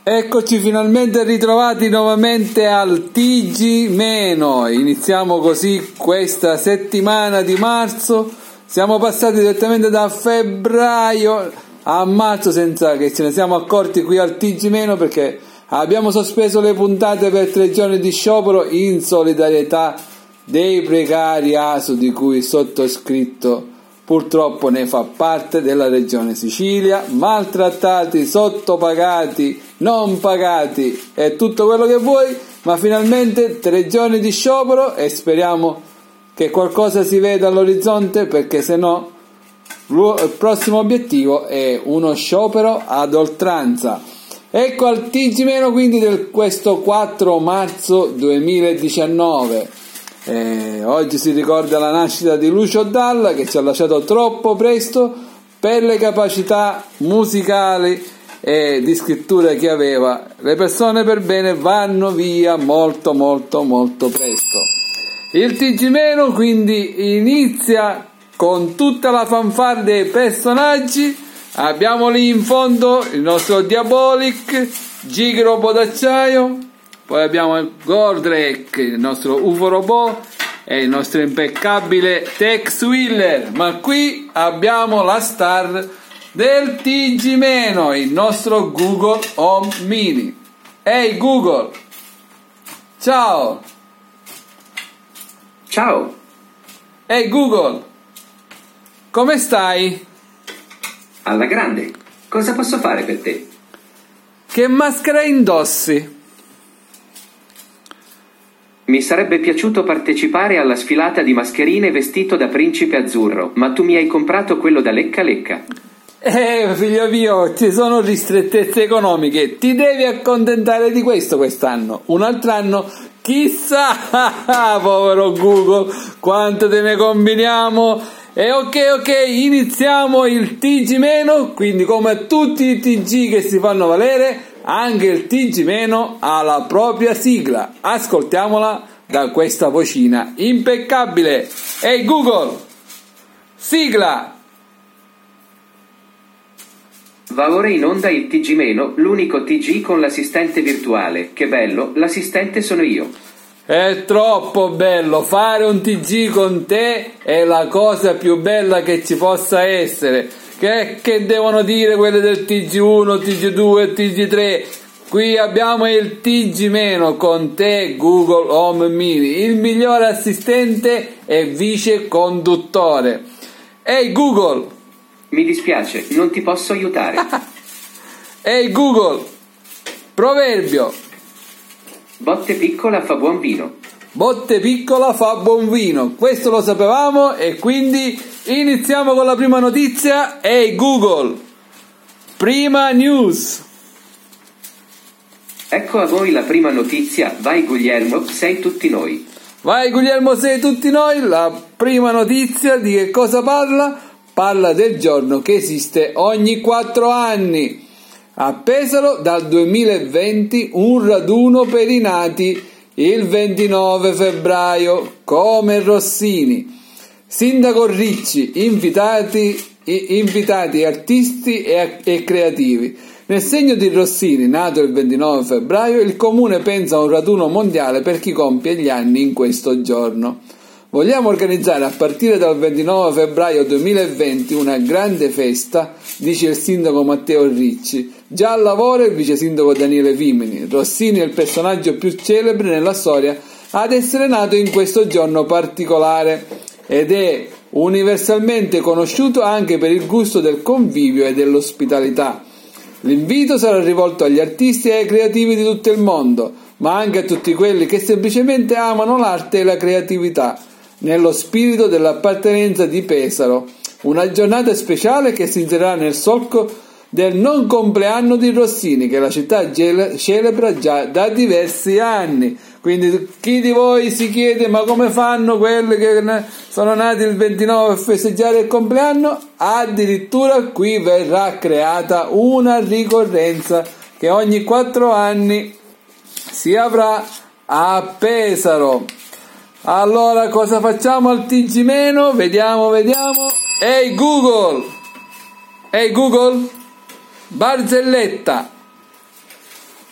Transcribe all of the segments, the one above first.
Eccoci finalmente ritrovati nuovamente al TG-. Iniziamo così questa settimana di marzo. Siamo passati direttamente da febbraio a marzo senza che ce ne siamo accorti qui al TG- perché abbiamo sospeso le puntate per 3 giorni di sciopero in solidarietà dei precari ASU, di cui il sottoscritto purtroppo ne fa parte, della regione Sicilia, maltrattati, sottopagati, non pagati e tutto quello che vuoi, ma finalmente 3 giorni di sciopero e speriamo che qualcosa si veda all'orizzonte, perché se no il prossimo obiettivo è uno sciopero ad oltranza. Ecco al TG- quindi di questo 4 marzo 2019. Oggi si ricorda la nascita di Lucio Dalla, che ci ha lasciato troppo presto per le capacità musicali e di scrittura che aveva. Le persone per bene vanno via molto presto. Il TG- quindi inizia con tutta la fanfare dei personaggi. Abbiamo lì in fondo il nostro Diabolic, Gig Robot d'acciaio. Poi abbiamo il Goldrake, il nostro UFO robot, e il nostro impeccabile Tex Wheeler. Ma qui abbiamo la star del TG-, il nostro Google Home Mini. Ehi Google! Ciao! Ciao! Ehi Google! Come stai? Alla grande! Cosa posso fare per te? Che maschera indossi? Mi sarebbe piaciuto partecipare alla sfilata di mascherine vestito da principe azzurro, ma tu mi hai comprato quello da lecca lecca. Figlio mio, ci sono ristrettezze economiche, ti devi accontentare di questo quest'anno. Un altro anno, chissà, povero Google, quanto te ne combiniamo. E ok, iniziamo il TG-, quindi come tutti i TG che si fanno valere, anche il TG- ha la propria sigla. Ascoltiamola da questa vocina impeccabile. Ehi Google, sigla! Va ora in onda il TG-, l'unico TG con l'assistente virtuale. Che bello, l'assistente sono io. È troppo bello, fare un TG con te è la cosa più bella che ci possa essere. Che devono dire quelle del TG1, TG2, TG3? Qui abbiamo il TG- con te, Google Home Mini, il migliore assistente e vice conduttore. Ehi Google! Mi dispiace, non ti posso aiutare. Ehi Google! Proverbio! Botte piccola fa buon vino. Botte piccola fa buon vino, questo lo sapevamo e quindi iniziamo con la prima notizia. Ehi Google, prima news. Ecco a voi la prima notizia, vai Guglielmo, sei tutti noi. Vai Guglielmo, sei tutti noi. La prima notizia di che cosa parla? Parla del giorno che esiste ogni 4 anni. A Pesaro dal 2020 un raduno per i nati il 29 febbraio, come Rossini. Sindaco Ricci, invitati artisti e creativi. Nel segno di Rossini, nato il 29 febbraio, il comune pensa a un raduno mondiale per chi compie gli anni in questo giorno. Vogliamo organizzare a partire dal 29 febbraio 2020 una grande festa, dice il sindaco Matteo Ricci. Già al lavoro il vice sindaco Daniele Vimini. Rossini è il personaggio più celebre nella storia ad essere nato in questo giorno particolare ed è universalmente conosciuto anche per il gusto del convivio e dell'ospitalità. L'invito sarà rivolto agli artisti e ai creativi di tutto il mondo, ma anche a tutti quelli che semplicemente amano l'arte e la creatività, nello spirito dell'appartenenza di Pesaro. Una giornata speciale che si inserirà nel solco del non compleanno di Rossini, che la città celebra già da diversi anni. Quindi chi di voi si chiede ma come fanno quelli che sono nati il 29 a festeggiare il compleanno? Addirittura qui verrà creata una ricorrenza che ogni 4 anni si avrà a Pesaro. Allora cosa facciamo al TG-? Vediamo. Ehi Google, Barzelletta.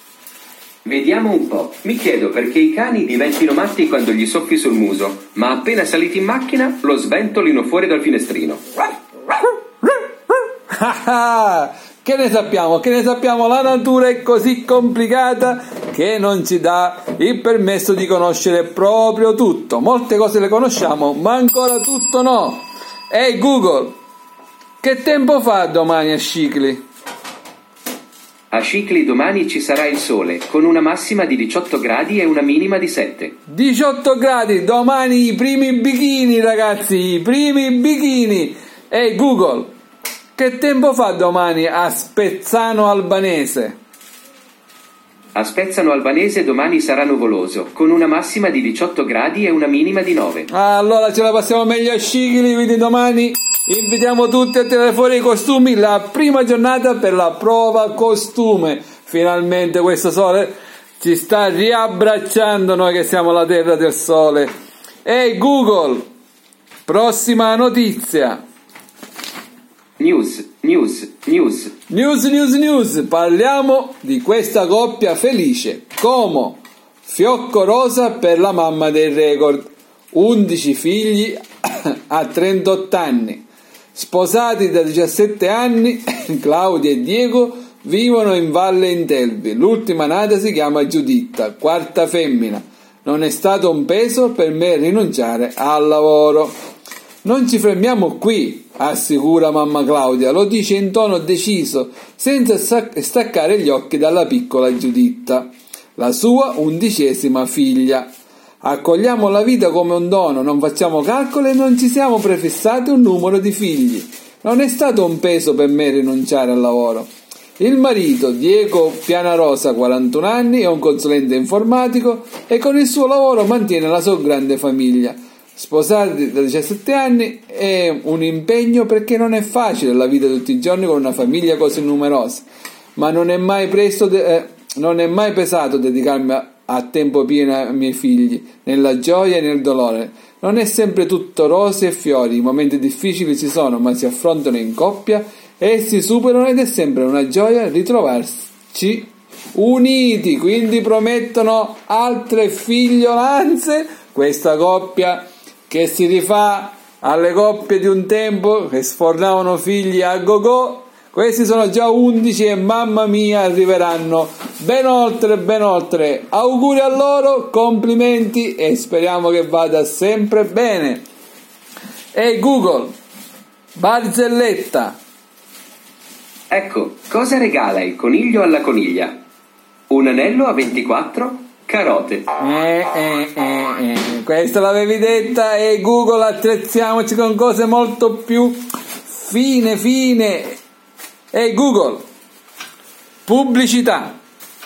Vediamo un po'. Mi chiedo perché i cani diventino matti quando gli soffi sul muso, ma appena saliti in macchina lo sventolino fuori dal finestrino. Che ne sappiamo? Che ne sappiamo? La natura è così complicata che non ci dà il permesso di conoscere proprio tutto. Molte cose le conosciamo, ma ancora tutto no. Ehi Google, che tempo fa domani a Scicli? A Scicli domani ci sarà il sole, con una massima di 18 gradi e una minima di 7. 18 gradi, domani i primi bikini, ragazzi, i primi bikini. Ehi Google, che tempo fa domani a Spezzano Albanese? A Spezzano Albanese domani sarà nuvoloso, con una massima di 18 gradi e una minima di 9. Allora ce la passiamo meglio a Scicli, quindi domani invitiamo tutti a tirare fuori i costumi, la prima giornata per la prova costume. Finalmente questo sole ci sta riabbracciando, noi che siamo la terra del sole. Ehi Google, prossima notizia. News. Parliamo di questa coppia felice. Como, fiocco rosa per la mamma del record, 11 figli a 38 anni. Sposati da 17 anni, Claudia e Diego vivono in Valle Intelvi. L'ultima nata si chiama Giuditta, quarta femmina. Non è stato un peso per me rinunciare al lavoro. Non ci fermiamo qui, assicura mamma Claudia, lo dice in tono deciso, senza staccare gli occhi dalla piccola Giuditta, la sua 11ª figlia. Accogliamo la vita come un dono, non facciamo calcoli e non ci siamo prefissati un numero di figli. Non è stato un peso per me rinunciare al lavoro. Il marito, Diego Pianarosa, 41 anni, è un consulente informatico e con il suo lavoro mantiene la sua grande famiglia. Sposati da 17 anni è un impegno perché non è facile la vita tutti i giorni con una famiglia così numerosa, ma non è mai pesato dedicarmi a tempo pieno ai miei figli, nella gioia e nel dolore. Non è sempre tutto rose e fiori, i momenti difficili ci sono, ma si affrontano in coppia e si superano ed è sempre una gioia ritrovarci uniti. Quindi promettono altre figliolanze, questa coppia che si rifà alle coppie di un tempo che sfornavano figli a go-go. Questi sono già 11 e mamma mia arriveranno ben oltre. Auguri a loro, complimenti e speriamo che vada sempre bene. Ehi Google, barzelletta. Ecco, cosa regala il coniglio alla coniglia? Un anello a 24 carote. Questa l'avevi detta. E Google, attrezziamoci con cose molto più fine. E Google, pubblicità.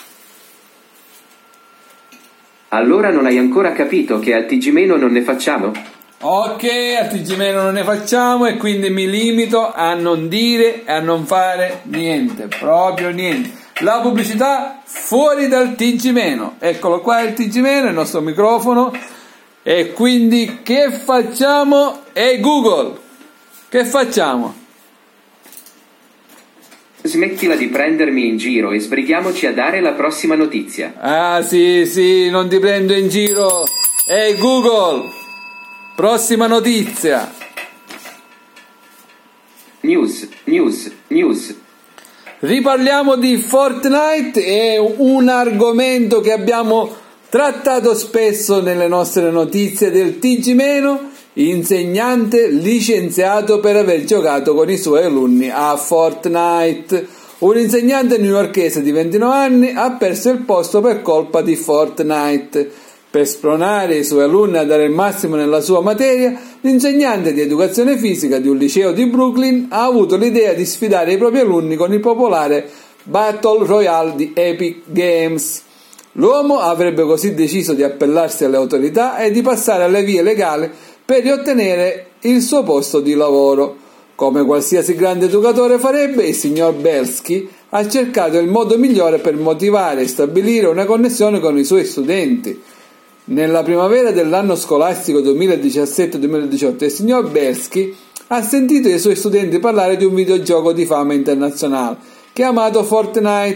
Allora non hai ancora capito che al TG- non ne facciamo? Ok, al TG- non ne facciamo e quindi mi limito a non dire e a non fare niente, proprio niente. La pubblicità fuori dal TG-. Eccolo qua il TG-, il nostro microfono. E quindi che facciamo? E Google, che facciamo? Smettila di prendermi in giro e sbrighiamoci a dare la prossima notizia. Ah sì, non ti prendo in giro. Ehi Google, prossima notizia. News. Riparliamo di Fortnite, è un argomento che abbiamo trattato spesso nelle nostre notizie del TG-. Insegnante licenziato per aver giocato con i suoi alunni a Fortnite. Un insegnante newyorkese di 29 anni ha perso il posto per colpa di Fortnite. Per spronare i suoi alunni a dare il massimo nella sua materia, l'insegnante di educazione fisica di un liceo di Brooklyn ha avuto l'idea di sfidare i propri alunni con il popolare Battle Royale di Epic Games. L'uomo avrebbe così deciso di appellarsi alle autorità e di passare alle vie legali per riottenere il suo posto di lavoro. Come qualsiasi grande educatore farebbe, il signor Belsky ha cercato il modo migliore per motivare e stabilire una connessione con i suoi studenti. Nella primavera dell'anno scolastico 2017-2018 il signor Belsky ha sentito i suoi studenti parlare di un videogioco di fama internazionale chiamato Fortnite.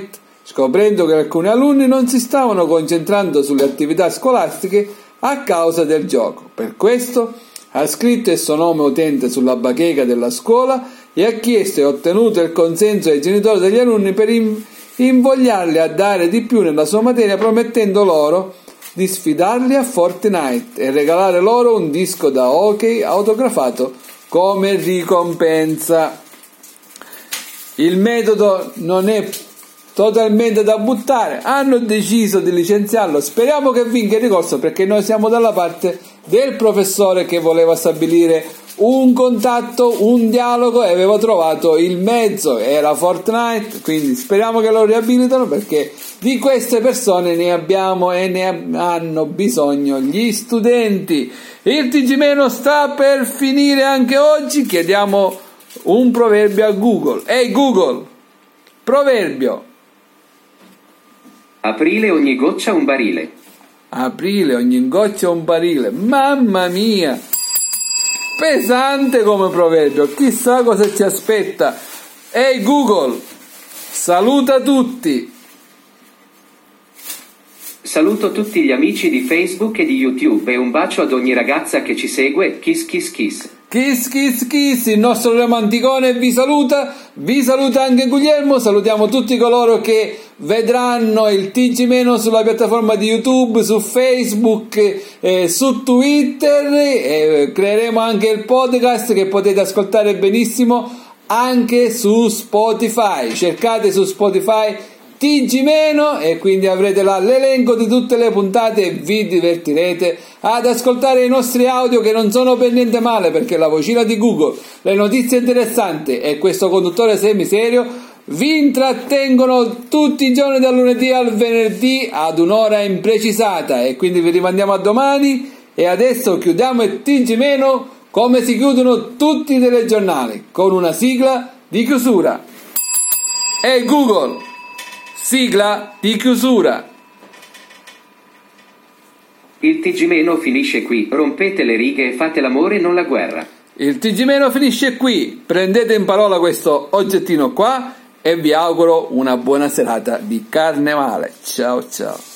scoprendo che alcuni alunni non si stavano concentrando sulle attività scolastiche a causa del gioco. Per questo ha scritto il suo nome utente sulla bacheca della scuola e ha chiesto e ottenuto il consenso ai genitori degli alunni per invogliarli a dare di più nella sua materia, promettendo loro di sfidarli a Fortnite e regalare loro un disco da hockey autografato come ricompensa. Il metodo non è totalmente da buttare, hanno deciso di licenziarlo. Speriamo che vinca il ricorso, perché noi siamo dalla parte del professore che voleva stabilire un contatto, un dialogo, e aveva trovato il mezzo, era Fortnite. Quindi speriamo che lo riabilitano, perché di queste persone ne abbiamo e ne hanno bisogno gli studenti. Il TG- sta per finire anche oggi. Chiediamo un proverbio a Google. Ehi Google, proverbio. Aprile ogni goccia un barile. Aprile ogni goccia un barile. Mamma mia, pesante come proverbio, chissà cosa ci aspetta. Ehi Google, saluta tutti. Saluto tutti gli amici di Facebook e di YouTube e un bacio ad ogni ragazza che ci segue. Kiss kiss kiss. Kiss kiss kiss, il nostro romanticone vi saluta anche Guglielmo. Salutiamo tutti coloro che vedranno il TG- sulla piattaforma di YouTube, su Facebook, su Twitter, creeremo anche il podcast che potete ascoltare benissimo anche su Spotify. Cercate su Spotify TG- e quindi avrete là l'elenco di tutte le puntate e vi divertirete ad ascoltare i nostri audio, che non sono per niente male, perché la vocina di Google, le notizie interessanti e questo conduttore semiserio vi intrattengono tutti i giorni dal lunedì al venerdì ad un'ora imprecisata. E quindi vi rimandiamo a domani, e adesso chiudiamo il TG- come si chiudono tutti i telegiornali, con una sigla di chiusura. E Google, sigla di chiusura. Il TG- finisce qui, rompete le righe e fate l'amore, non la guerra. Il TG- finisce qui, prendete in parola questo oggettino qua e vi auguro una buona serata di carnevale. Ciao ciao.